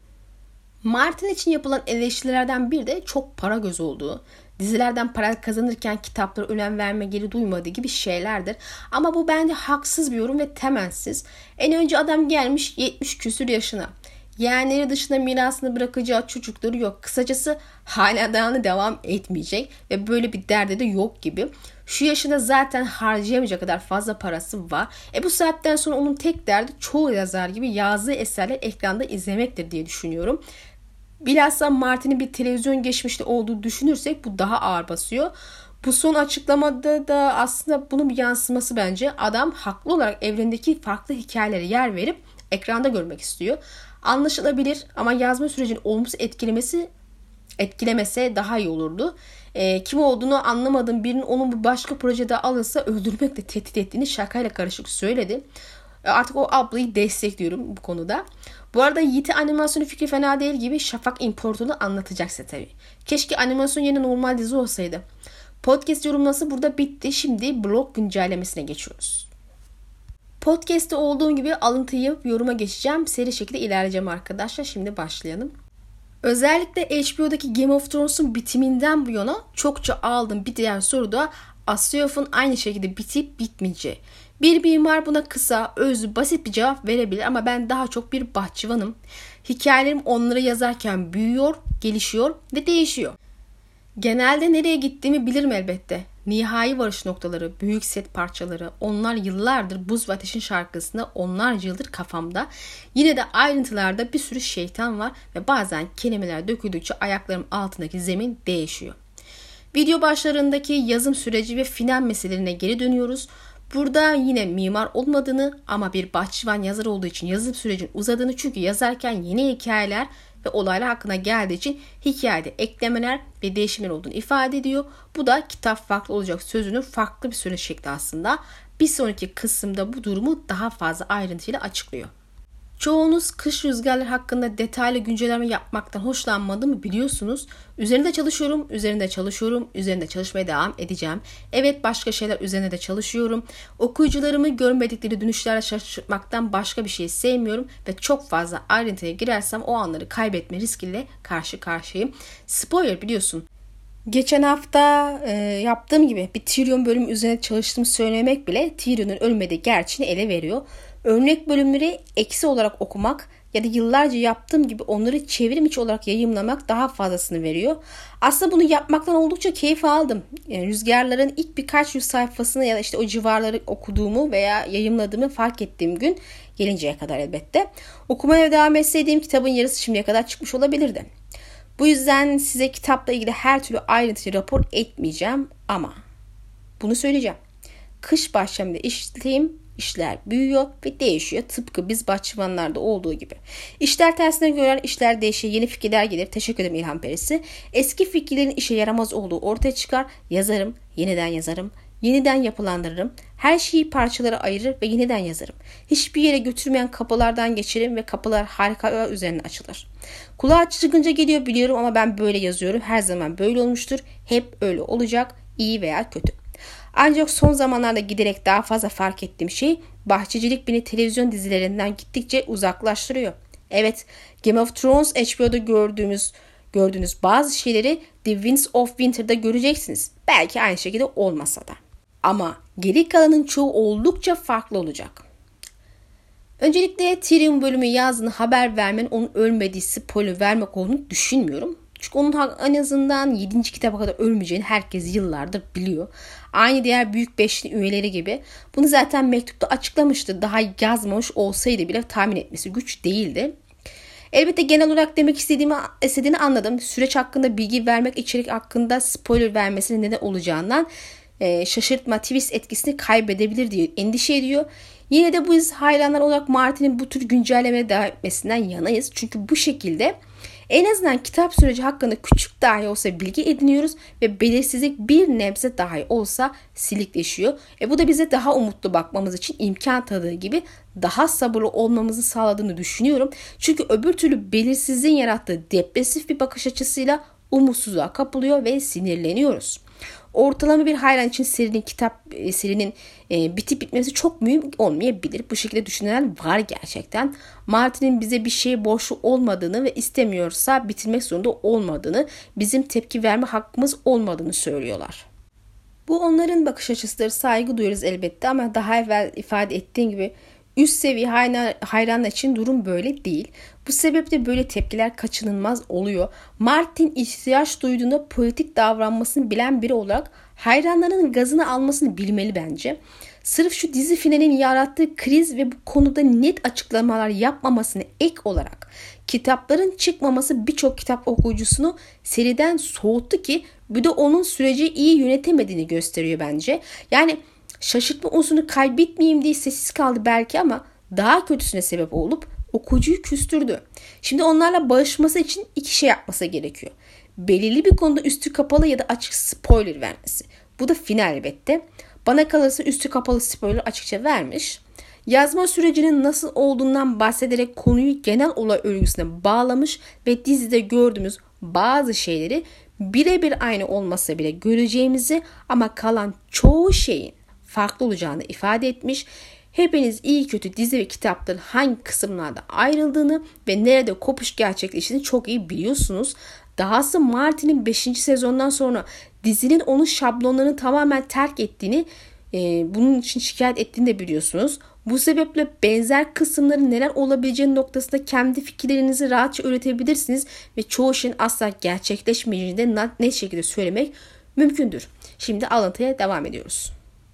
S1: Martin için yapılan eleştirilerden bir de çok para göz olduğu, dizilerden para kazanırken kitaplara önem verme geri duymadığı gibi şeylerdir. Ama bu bence haksız bir yorum ve temelsiz. En önce adam gelmiş yetmiş küsür yaşına. Yeğenleri dışında mirasını bırakacağı çocukları yok. Kısacası hanedanı devam etmeyecek ve böyle bir derdi de yok gibi. Şu yaşında zaten harcayamayacak kadar fazla parası var. E bu saatten sonra onun tek derdi çoğu yazar gibi yazdığı eserler ekranda izlemektir diye düşünüyorum. Bilhassa Martin'in bir televizyon geçmişte olduğu düşünürsek bu daha ağır basıyor. Bu son açıklamada da aslında bunun bir yansıması bence. Adam haklı olarak evrendeki farklı hikayelere yer verip ekranda görmek istiyor. Anlaşılabilir ama yazma sürecini olumsuz etkilemesi etkilemese daha iyi olurdu. E, kim olduğunu anlamadığım birinin onun bu başka projede alırsa öldürmekle tehdit ettiğini şakayla karışık söyledi. E, artık o ablayı destekliyorum bu konuda. Bu arada Yiğit'in animasyonu fikri fena değil gibi Şafak İmparatorluğu anlatacaksa tabii. Keşke animasyon yerine normal dizi olsaydı. Podcast yorumlaması burada bitti. Şimdi blog güncellemesine geçiyoruz. Podcast'te olduğum gibi alıntı yapıp yoruma geçeceğim. Seri şekilde ilerleyeceğim arkadaşlar. Şimdi başlayalım. Özellikle H B O'daki Game of Thrones'un bitiminden bu yana çokça aldığım bir diğer soru da Asyof'un aynı şekilde bitip bitmeyeceği. Bir mimar buna kısa, özlü, basit bir cevap verebilir ama ben daha çok bir bahçıvanım. Hikayelerim onları yazarken büyüyor, gelişiyor ve değişiyor. Genelde nereye gittiğimi bilirim elbette. Nihai varış noktaları, büyük set parçaları, onlar yıllardır Buz ve Ateş'in şarkısında onlarca yıldır kafamda. Yine de ayrıntılarda bir sürü şeytan var ve bazen kelimeler döküldükçe ayaklarım altındaki zemin değişiyor. Video başlarındaki yazım süreci ve final meselelerine geri dönüyoruz. Burada yine mimar olmadığını ama bir bahçıvan yazar olduğu için yazım sürecinin uzadığını, çünkü yazarken yeni hikayeler ve olaylar hakkında geldiği için hikayede eklemeler ve değişimler olduğunu ifade ediyor. Bu da kitap farklı olacak sözünün farklı bir söyleniş şekli aslında. Bir sonraki kısımda bu durumu daha fazla ayrıntıyla açıklıyor. Çoğunuz kış rüzgarları hakkında detaylı güncelleme yapmaktan hoşlanmadığımı biliyorsunuz. Üzerinde çalışıyorum, üzerinde çalışıyorum, üzerinde çalışmaya devam edeceğim. Evet, başka şeyler üzerinde de çalışıyorum. Okuyucularımı görmedikleri dönüşlerle şaşırtmaktan başka bir şey sevmiyorum ve çok fazla ayrıntıya girersem o anları kaybetme riskiyle karşı karşıyayım. Spoiler biliyorsun. Geçen hafta e, yaptığım gibi bir Tyrion bölümü üzerine çalıştığımı söylemek bile Tyrion'un ölmediği gerçeğini ele veriyor. Örnek bölümleri eksi olarak okumak ya da yıllarca yaptığım gibi onları çevrim içi olarak yayımlamak daha fazlasını veriyor. Aslında bunu yapmaktan oldukça keyif aldım. Yani Rüzgarların ilk birkaç yüz sayfasını ya da işte o civarları okuduğumu veya yayımladığımı fark ettiğim gün gelinceye kadar elbette. Okumaya devam etseydim kitabın yarısı şimdiye kadar çıkmış olabilirdi. Bu yüzden size kitapla ilgili her türlü ayrıntılı rapor etmeyeceğim ama bunu söyleyeceğim. Kış başlamında içtiğim işler büyüyor ve değişiyor. Tıpkı biz bahçıvanlarda olduğu gibi. İşler tersine göre işler değişiyor. Yeni fikirler gelir. Teşekkür ederim İlham Perisi. Eski fikirlerin işe yaramaz olduğu ortaya çıkar. Yazarım, yeniden yazarım. Yeniden yapılandırırım. Her şeyi parçalara ayırır ve yeniden yazarım. Hiçbir yere götürmeyen kapılardan geçerim ve kapılar harikalar üzerine açılır. Kulağa çılgınca geliyor biliyorum ama ben böyle yazıyorum. Her zaman böyle olmuştur. Hep öyle olacak. İyi veya kötü. Ancak son zamanlarda giderek daha fazla fark ettiğim şey, bahçecilik beni televizyon dizilerinden gittikçe uzaklaştırıyor. Evet, Game of Thrones H B O'da gördüğümüz gördüğünüz bazı şeyleri The Winds of Winter'da göreceksiniz. Belki aynı şekilde olmasa da. Ama geri kalanın çoğu oldukça farklı olacak. Öncelikle Tyrion bölümü yazdığını haber vermenin onun ölmediği spoiler vermek olduğunu düşünmüyorum. Çünkü onun en azından yedinci kitaba kadar ölmeyeceğini herkes yıllardır biliyor. Aynı diğer büyük beşli üyeleri gibi. Bunu zaten mektupta açıklamıştı. Daha yazmamış olsaydı bile tahmin etmesi güç değildi. Elbette genel olarak demek istediğimi istediğini anladım. Süreç hakkında bilgi vermek içerik hakkında spoiler vermesine neden olacağından e, şaşırtma, twist etkisini kaybedebilir diye endişe ediyor. Yine de biz hayranlar olarak Martin'in bu tür güncellemeye devam etmesinden yanayız. Çünkü bu şekilde en azından kitap süreci hakkında küçük dahi olsa bilgi ediniyoruz ve belirsizlik bir nebze dahi olsa silikleşiyor. E bu da bize daha umutlu bakmamız için imkan tanıdığı gibi daha sabırlı olmamızı sağladığını düşünüyorum. Çünkü öbür türlü belirsizliğin yarattığı depresif bir bakış açısıyla umutsuzluğa kapılıyor ve sinirleniyoruz. Ortalama bir hayran için serinin kitap serinin e, bitip bitmesi çok mühim olmayabilir. Bu şekilde düşünenler var gerçekten. Martin'in bize bir şeye borçlu olmadığını ve istemiyorsa bitirmek zorunda olmadığını, bizim tepki verme hakkımız olmadığını söylüyorlar. Bu onların bakış açısıdır. Saygı duyuyoruz elbette ama daha evvel ifade ettiğim gibi üst seviye hayranlar için durum böyle değil. Bu sebeple böyle tepkiler kaçınılmaz oluyor. Martin ihtiyaç duyduğunda politik davranmasını bilen biri olarak hayranlarının gazını almasını bilmeli bence. Sırf şu dizi finalinin yarattığı kriz ve bu konuda net açıklamalar yapmamasını ek olarak kitapların çıkmaması birçok kitap okuyucusunu seriden soğuttu ki bu da onun süreci iyi yönetemediğini gösteriyor bence. Yani şaşırtma unsurunu kaybetmeyeyim diye sessiz kaldı belki ama daha kötüsüne sebep olup okuyucuyu küstürdü. Şimdi onlarla barışması için iki şey yapması gerekiyor. Belirli bir konuda üstü kapalı ya da açık spoiler vermesi. Bu da final elbette. Bana kalırsa üstü kapalı spoiler açıkça vermiş. Yazma sürecinin nasıl olduğundan bahsederek konuyu genel olay örgüsüne bağlamış ve dizide gördüğümüz bazı şeyleri birebir aynı olmasa bile göreceğimizi ama kalan çoğu şeyin farklı olacağını ifade etmiş. Hepiniz iyi kötü dizi ve kitapların hangi kısımlarda ayrıldığını ve nerede kopuş gerçekleştiğini çok iyi biliyorsunuz. Dahası Martin'in beşinci sezondan sonra dizinin onun şablonlarını tamamen terk ettiğini, e, bunun için şikayet ettiğini de biliyorsunuz. Bu sebeple benzer kısımların neler olabileceği noktasında kendi fikirlerinizi rahatça üretebilirsiniz ve çoğu şeyin asla gerçekleşmeyeceğini de net şekilde söylemek mümkündür. Şimdi alıntıya devam ediyoruz.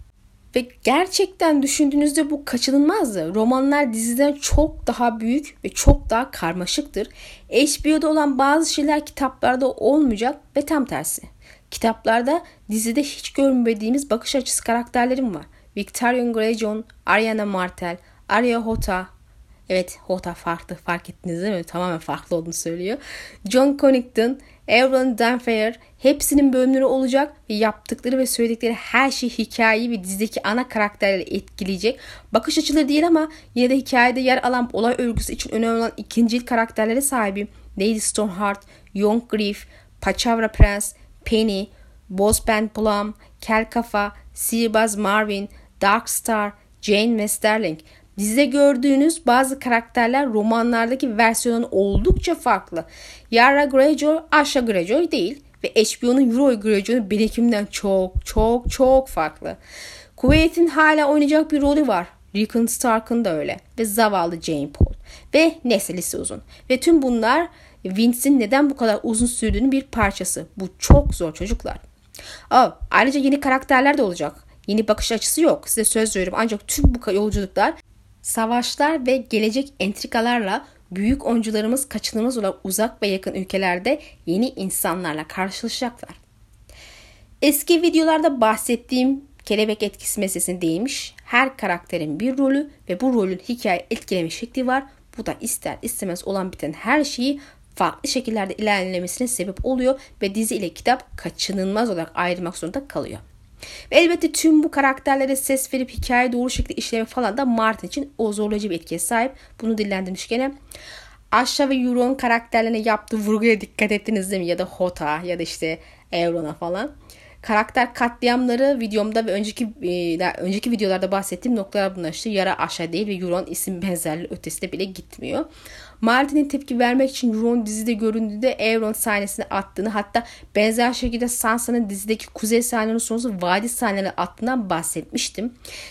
S1: Ve gerçekten düşündüğünüzde bu kaçınılmazdı. Romanlar diziden çok daha büyük ve çok daha karmaşıktır. H B O'da olan bazı şeyler kitaplarda olmayacak ve tam tersi. Kitaplarda dizide hiç görmediğimiz bakış açısı karakterlerim var. Victorian Greyjoy, Ariana Martell, Arya Hota. Evet, Hota farklı, fark ettiniz değil mi? Tamamen farklı olduğunu söylüyor. Jon Connington, Aaron Dunfire, hepsinin bölümleri olacak ve yaptıkları ve söyledikleri her şey hikayeyi ve dizideki ana karakterleri etkileyecek. Bakış açıları değil ama yine de hikayede yer alan olay örgüsü için önemli olan ikincil karakterlere sahibim. Lady Stoneheart, Young Grief, Paçavra Prens, Penny, Bosband Plum, Kel Kafa, Sihirbaz Marvin, Darkstar, Jane ve Sterling. Dizide gördüğünüz bazı karakterler romanlardaki versiyonun oldukça farklı. Yara Greyjoy, Asha Greyjoy değil ve H B O'nun Roy Greyjoy'un birikiminden çok çok çok farklı. Kuveyt'in hala oynayacak bir rolü var. Rickon Stark'ın da öyle ve zavallı Jane Paul ve nesilisi uzun. Ve tüm bunlar Vince'in neden bu kadar uzun sürdüğünün bir parçası. Bu çok zor çocuklar. Aa, ayrıca yeni karakterler de olacak. Yeni bakış açısı yok. Size söz veriyorum. Ancak tüm bu yolculuklar, savaşlar ve gelecek entrikalarla büyük oyuncularımız kaçınılmaz olarak uzak ve yakın ülkelerde yeni insanlarla karşılaşacaklar. Eski videolarda bahsettiğim kelebek etkisi meselesine değinmiş. Her karakterin bir rolü ve bu rolün hikaye etkileme şekli var. Bu da ister istemez olan biten her şeyi farklı şekillerde ilerlemesine sebep oluyor ve dizi ile kitap kaçınılmaz olarak ayrılmak zorunda kalıyor. Ve elbette tüm bu karakterlere ses verip hikaye doğru şekilde işleme falan da Martin için o zorlayıcı bir etkiye sahip. Bunu dillendirmişken Asha ve Euron karakterlerine yaptığı vurguya dikkat ettiniz değil mi? Ya da Hota ya da işte Euron'a falan. Karakter katliamları videomda ve önceki e, önceki videolarda bahsettiğim noktalar bunlar işte. Yara Asha değil ve Euron isim benzerliği ötesine bile gitmiyor. Martin'in tepki vermek için Euron dizide göründüğünde Euron sahnesine attığını, hatta benzer şekilde Sansa'nın dizideki kuzey sahnelerinin sonrası vadi sahneleri attığından bahsetmiştim.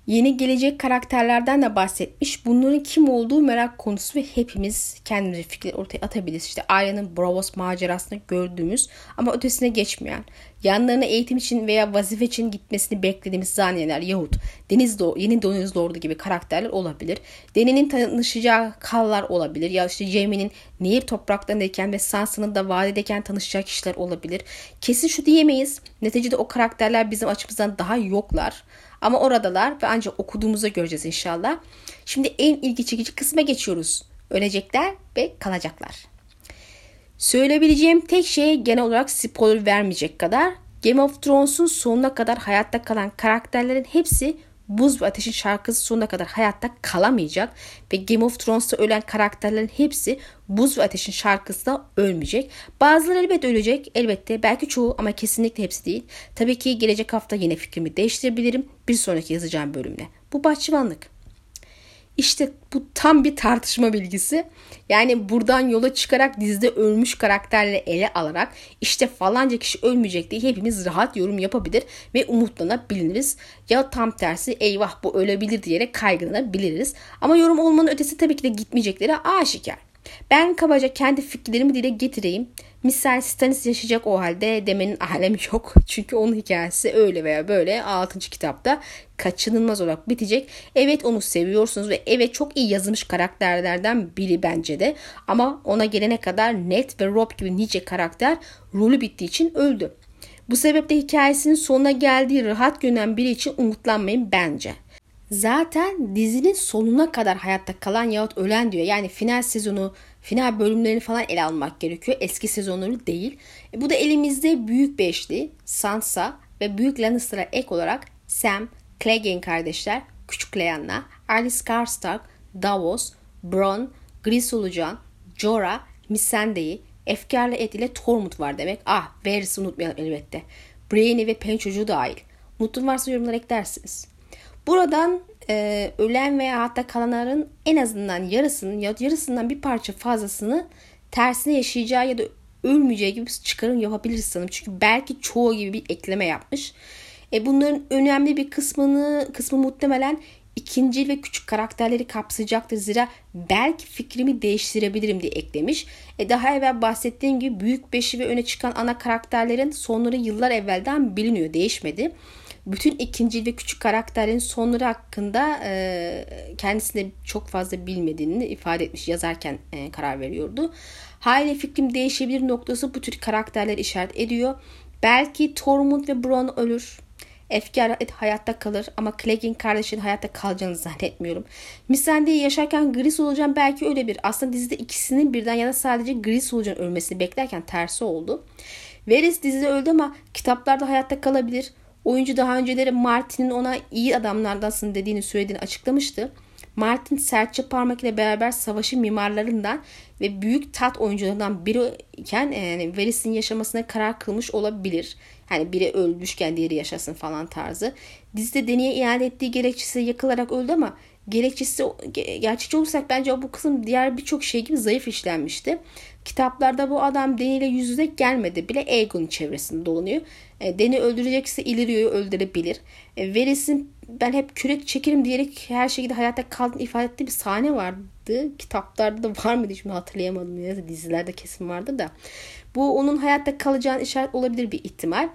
S1: Yeni gelecek karakterlerden de bahsetmiş. Bunların kim olduğu merak konusu ve hepimiz kendimize fikir ortaya atabiliriz. İşte Arya'nın Braavos macerasında gördüğümüz ama ötesine geçmeyen, yanlarına eğitim için veya vazife için gitmesini beklediğimiz Zanyeler yahut Deniz Do- yeni Deniz Lordu gibi karakterler olabilir. Dany'nin tanışacağı Kallar olabilir. Ya işte Jaime'nin Nehir topraklarındayken ve Sansa'nın da vadideyken tanışacağı kişiler olabilir. Kesin şu diyemeyiz. Neticede o karakterler bizim açımızdan daha yoklar. Ama oradalar ve ancak okuduğumuzda göreceğiz inşallah. Şimdi en ilgi çekici kısma geçiyoruz. Ölecekler ve kalacaklar. Söyleyebileceğim tek şey genel olarak spoiler vermeyecek kadar Game of Thrones'un sonuna kadar hayatta kalan karakterlerin hepsi Buz ve Ateş'in şarkısı sonuna kadar hayatta kalamayacak ve Game of Thrones'ta ölen karakterlerin hepsi Buz ve Ateş'in şarkısı da ölmeyecek. Bazıları elbette ölecek, elbette belki çoğu ama kesinlikle hepsi değil. Tabii ki gelecek hafta yine fikrimi değiştirebilirim bir sonraki yazacağım bölümde. Bu bahçıvanlık. İşte bu tam bir tartışma bilgisi. Yani buradan yola çıkarak dizide ölmüş karakterleri ele alarak işte falanca kişi ölmeyecek diye hepimiz rahat yorum yapabilir ve umutlanabiliriz. Ya tam tersi eyvah bu ölebilir diyerek kaygılanabiliriz. Ama yorum olmanın ötesi tabii ki de gitmeyecekleri aşikar. Ben kabaca kendi fikirlerimi dile getireyim. Misal Stannis yaşayacak o halde demenin alemi yok. Çünkü onun hikayesi öyle veya böyle altıncı kitapta kaçınılmaz olarak bitecek. Evet onu seviyorsunuz ve evet çok iyi yazılmış karakterlerden biri bence de. Ama ona gelene kadar Ned ve Robb gibi nice karakter rolü bittiği için öldü. Bu sebeple hikayesinin sonuna geldiği rahat görünen biri için umutlanmayın bence. Zaten dizinin sonuna kadar hayatta kalan yahut ölen diyor. Yani final sezonu, final bölümlerini falan ele almak gerekiyor. Eski sezonları değil. E bu da elimizde büyük beşli Sansa ve büyük Lannister'a ek olarak Sam, Clegane kardeşler, küçük Lyanna, Arya Karstark, Davos, Bronn, Gris Solucan, Jorah, Missandei, efkarlı et ile Tormund var demek. Ah, Varys'i unutmayalım elbette. Brienne ve Pen çocuğu dahil. Unuttun varsa yorumlara eklersiniz. Buradan e, ölen veya hatta kalanların en azından yarısının ya yarısından bir parça fazlasını tersine yaşayacağı ya da ölmeyeceği gibi bir çıkarım yapabiliriz sanırım. Çünkü belki çoğu gibi bir ekleme yapmış. E, bunların önemli bir kısmını kısmı muhtemelen ikinci ve küçük karakterleri kapsayacaktır. Zira belki fikrimi değiştirebilirim diye eklemiş. E, daha evvel bahsettiğim gibi büyük beşi ve öne çıkan ana karakterlerin sonları yıllar evvelden biliniyor. Değişmedi. Bütün ikinci ve küçük karakterlerin sonları hakkında e, kendisine çok fazla bilmediğini ifade etmiş yazarken e, karar veriyordu. Hala fikrim değişebilir noktası bu tür karakterler işaret ediyor. Belki Tormund ve Bronn ölür. Efkar hayatta kalır ama Clegane kardeşinin hayatta kalacağını zannetmiyorum. Missandei yaşarken Gris olacağım belki öyle bir. Aslında dizide ikisinin birden ya da sadece Gris olacağını ölmesini beklerken tersi oldu. Varys dizide öldü ama kitaplarda hayatta kalabilir. Oyuncu daha önceleri Martin'in ona iyi adamlardansın dediğini söylediğini açıklamıştı. Martin serçe parmak ile beraber savaşın mimarlarından ve büyük tat oyuncularından biri iken yani Varys'in yaşamasına karar kılmış olabilir. Yani biri ölmüşken diğeri yaşasın falan tarzı. Dizide Dany'e iade ettiği gerekçesi yakılarak öldü ama gerekçesi gerçekçi olursak bence bu kısım diğer birçok şey gibi zayıf işlenmişti. Kitaplarda bu adam Dany ile yüz yüze gelmedi bile Aegon'un çevresinde dolanıyor. E, Dany öldürecekse Illyrio'yu öldürebilir. E, Varys'in ben hep kürek çekerim diyerek her şekilde hayatta kaldığını ifade ettiği bir sahne vardı. Kitaplarda da var mıydı şimdi hatırlayamadım. Ya, dizilerde kesin vardı da. Bu onun hayatta kalacağını işaret olabilir bir ihtimal.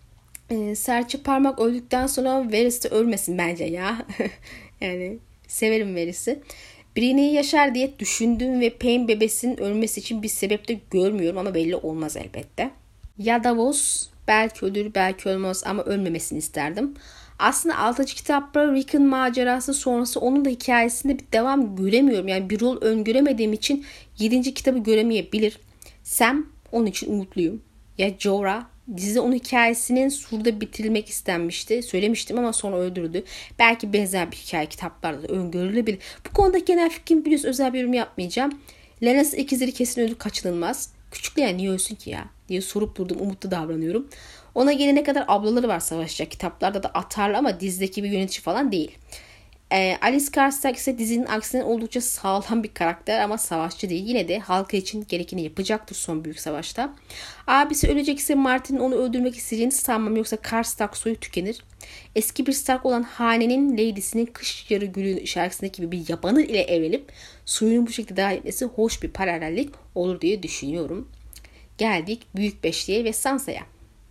S1: E, serçe parmak öldükten sonra Varys de ölmesin bence ya. Yani severim Varys'i. Brienne'yi yaşar diye düşündüm ve Pain bebesinin ölmesi için bir sebep de görmüyorum ama belli olmaz elbette. Ya Davos belki ölür belki ölmez ama ölmemesini isterdim. Aslında altıncı kitapta Rickon macerası sonrası onun da hikayesinde bir devam göremiyorum. Yani bir rol öngöremediğim için yedinci kitabı göremeyebilir. Sam onun için umutluyum. Ya Jorah dizide onun hikayesinin surda bitirilmek istenmişti. Söylemiştim ama sonra öldürüldü. Belki benzer bir hikaye kitaplarda da öngörülebilir. Bu konuda genel fikrim biliyorsun özel bir yorum yapmayacağım. Lannister ikizleri kesin ölür kaçınılmaz. Küçükleyen niye ölsün ki ya diye sorup durdum umutlu davranıyorum. Ona gelene kadar ablaları var savaşacak. Kitaplarda da atarlı ama dizideki bir yönetici falan değil. E, Alice Karstark ise dizinin aksine oldukça sağlam bir karakter ama savaşçı değil. Yine de halkı için gerekeni yapacaktır son büyük savaşta. Abisi ölecekse Martin'in onu öldürmek isteyeceğini sanmam, yoksa Karstark soyu tükenir. Eski bir Stark olan hanenin Lady'sinin Kış Yarı Gülü şarkısındaki gibi bir yabanı ile evlenip soyunun bu şekilde devam etmesi hoş bir paralellik olur diye düşünüyorum. Geldik Büyük Beşliğe ve Sansa'ya.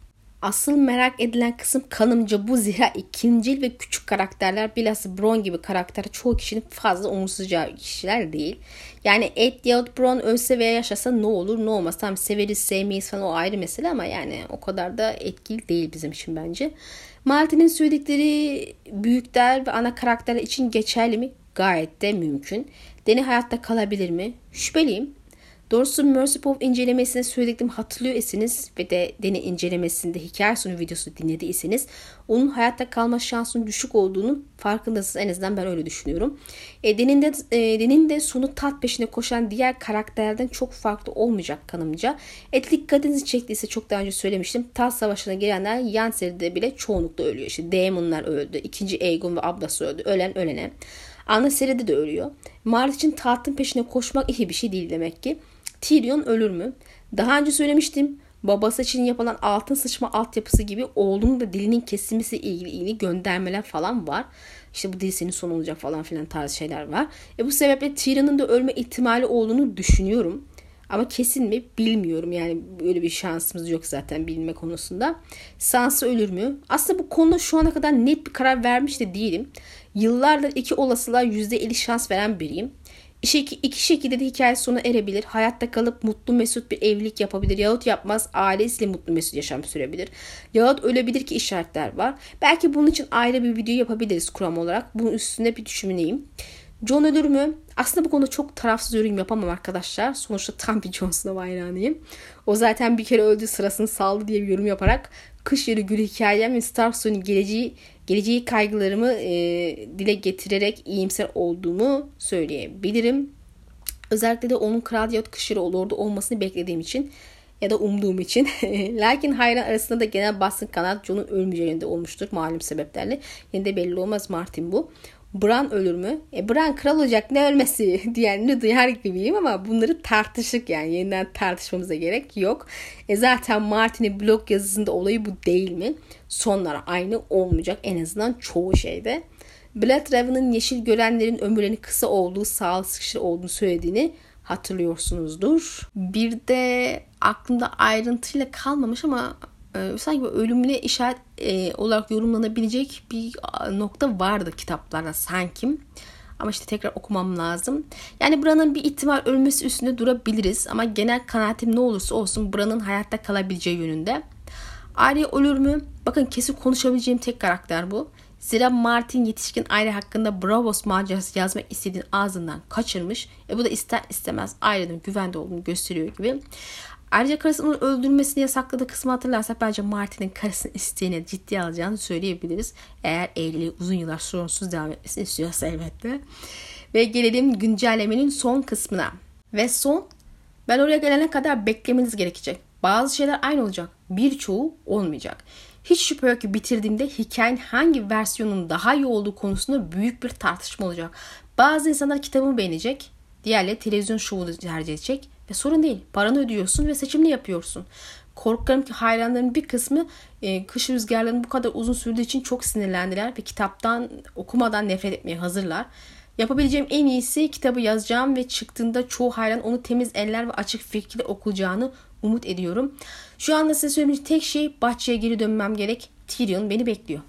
S1: Asıl merak edilen kısım kanımca bu, zira ikincil ve küçük karakterler, bilhassa Bronn gibi karakter çoğu kişinin fazla umursayacağı kişiler değil. Yani Ed yahut Bronn ölse veya yaşasa ne olur ne olmaz. Tamam, severiz sevmeyiz falan, o ayrı mesele ama yani o kadar da etkili değil bizim için bence. Martin'in söyledikleri büyükler ve ana karakterler için geçerli mi? Gayet de mümkün. Dany hayatta kalabilir mi? Şüpheliyim. Doğrusu Mercy Pop incelemesini söylediklerimi hatırlıyor iseniz ve de Dany incelemesinde hikaye sonu videosu dinlediyseniz onun hayatta kalma şansının düşük olduğunu farkındasınız. En azından ben öyle düşünüyorum. E, Dany'nin de, e, Dany'nin de sonu tat peşine koşan diğer karakterlerden çok farklı olmayacak kanımca. Et dikkatinizi çektiyse, çok daha önce söylemiştim. Tat savaşına girenler yan seride bile çoğunlukla ölüyor. İşte Daemon'lar öldü. İkinci Aegon ve ablası öldü. Ölen ölene. Ana seride de ölüyor. Martin için tahtın peşine koşmak iyi bir şey değil demek ki. Tyrion ölür mü? Daha önce söylemiştim. Babası için yapılan altın sıçma altyapısı gibi oğlunun da dilinin kesilmesi ilgili ilgili göndermeler falan var. İşte bu dil senin son olacak falan filan tarzı şeyler var. E bu sebeple Tyrion'un da ölme ihtimali olduğunu düşünüyorum. Ama kesin mi bilmiyorum. Yani böyle bir şansımız yok zaten bilme konusunda. Sansa ölür mü? Aslında bu konuda şu ana kadar net bir karar vermiş de değilim. Yıllardır iki olasılığa yüzde elli şans veren biriyim. İki, iki şekilde de hikaye sona erebilir. Hayatta kalıp mutlu mesut bir evlilik yapabilir. Yahut yapmaz, ailesiyle mutlu mesut yaşam sürebilir. Yahut ölebilir ki işaretler var. Belki bunun için ayrı bir video yapabiliriz kuram olarak. Bunun üstünde bir düşüneyim. Jon ölür mü? Aslında bu konuda çok tarafsız yorum yapamam arkadaşlar. Sonuçta tam bir Jon Snow hayranıyım. O zaten bir kere öldü, sırasını saldı diye bir yorum yaparak Kış Yarı Gülü hikayem ve Stark soyunun geleceği, geleceği kaygılarımı e, dile getirerek iyimser olduğumu söyleyebilirim. Özellikle de onun kral yahut Kış Yarı Lord'u olmasını beklediğim için ya da umduğum için. Lakin hayran arasında da genel basın kanaat Jon'un ölmeyeceği yönünde olmuştur malum sebeplerle. Yine de belli olmaz Martin bu. Bran ölür mü? E Bran kral olacak, ne ölmesi diyenleri duyar gibiyim ama bunları tartışık, yani yeniden tartışmamıza gerek yok. E zaten Martin'in blog yazısında olayı bu değil mi? Sonlar aynı olmayacak en azından çoğu şeyde. Bloodraven'ın yeşil görenlerin ömürlerinin kısa olduğu, sağlık sıkışır olduğunu söylediğini hatırlıyorsunuzdur. Bir de aklımda ayrıntıyla kalmamış ama e, sanki ölümüne işaret e, olarak yorumlanabilecek bir nokta vardı kitaplarda sanki. Ama işte tekrar okumam lazım. Yani Bran'ın bir ihtimal ölmesi üstünde durabiliriz. Ama genel kanaatim ne olursa olsun Bran'ın hayatta kalabileceği yönünde. Arya ölür mü? Bakın, kesin konuşabileceğim tek karakter bu. Zira Martin yetişkin Arya hakkında Braavos macerası yazmak istediğin ağzından kaçırmış. E bu da ister istemez Arya'nın güvende olduğunu gösteriyor gibi. Ayrıca karısının öldürmesini yasakladığı kısmı hatırlarsak bence Martin'in karısının isteğini ciddiye alacağını söyleyebiliriz. Eğer evliliği uzun yıllar sorunsuz devam etmesini istiyorsa elbette. Ve gelelim güncellemenin son kısmına. Ve son, ben oraya gelene kadar beklemeniz gerekecek. Bazı şeyler aynı olacak. Birçoğu olmayacak. Hiç şüphe yok ki bitirdiğimde hikayenin hangi versiyonun daha iyi olduğu konusunda büyük bir tartışma olacak. Bazı insanlar kitabımı beğenecek. Diğerleri televizyon şovunu tercih edecek. Ve sorun değil. Paranı ödüyorsun ve seçimini yapıyorsun. Korkarım ki hayranların bir kısmı e, kış rüzgarlarının bu kadar uzun sürdüğü için çok sinirlendiler ve kitaptan okumadan nefret etmeye hazırlar. Yapabileceğim en iyisi kitabı yazacağım ve çıktığında çoğu hayran onu temiz eller ve açık fikirle okuyacağını umut ediyorum. Şu anda size söyleyeceğim tek şey, bahçeye geri dönmem gerek. Tyrion beni bekliyor.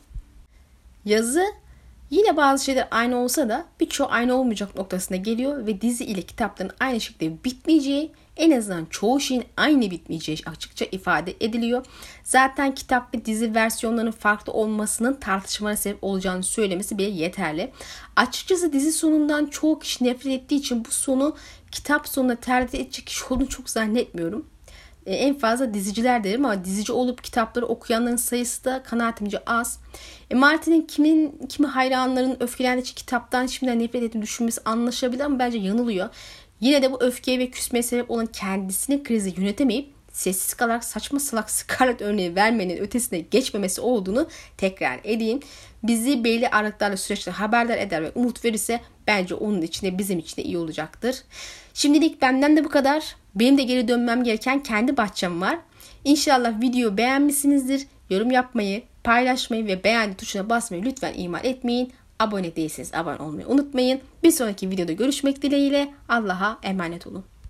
S1: Yazı yine bazı şeyler aynı olsa da birçoğu aynı olmayacak noktasına geliyor ve dizi ile kitapların aynı şekilde bitmeyeceği, en azından çoğu şeyin aynı bitmeyeceği açıkça ifade ediliyor. Zaten kitap ve dizi versiyonlarının farklı olmasının tartışmalara sebep olacağını söylemesi bile yeterli. Açıkçası dizi sonundan çoğu kişi nefret ettiği için bu sonu kitap sonuna tercih edecek kişi olduğunu çok zannetmiyorum. E, en fazla diziciler derim ama dizici olup kitapları okuyanların sayısı da kanaatimce az. E, Martin'in kimin kimi hayranların öfkelendiği için kitaptan şimdiden nefret ettiğini düşünmesi anlaşılabilir ama bence yanılıyor. Yine de bu öfkeye ve küsmeye sebep olan kendisini krizi yönetemeyip sessiz kalarak saçma salak Scarlett örneği vermenin ötesine geçmemesi olduğunu tekrar edeyim. Bizi belli aralıklarla süreçte haberdar eder ve umut verirse bence onun için de bizim için de iyi olacaktır. Şimdilik benden de bu kadar. Benim de geri dönmem gereken kendi bahçem var. İnşallah videoyu beğenmişsinizdir. Yorum yapmayı, paylaşmayı ve beğendi tuşuna basmayı lütfen ihmal etmeyin. Abone değilseniz abone olmayı unutmayın. Bir sonraki videoda görüşmek dileğiyle. Allah'a emanet olun.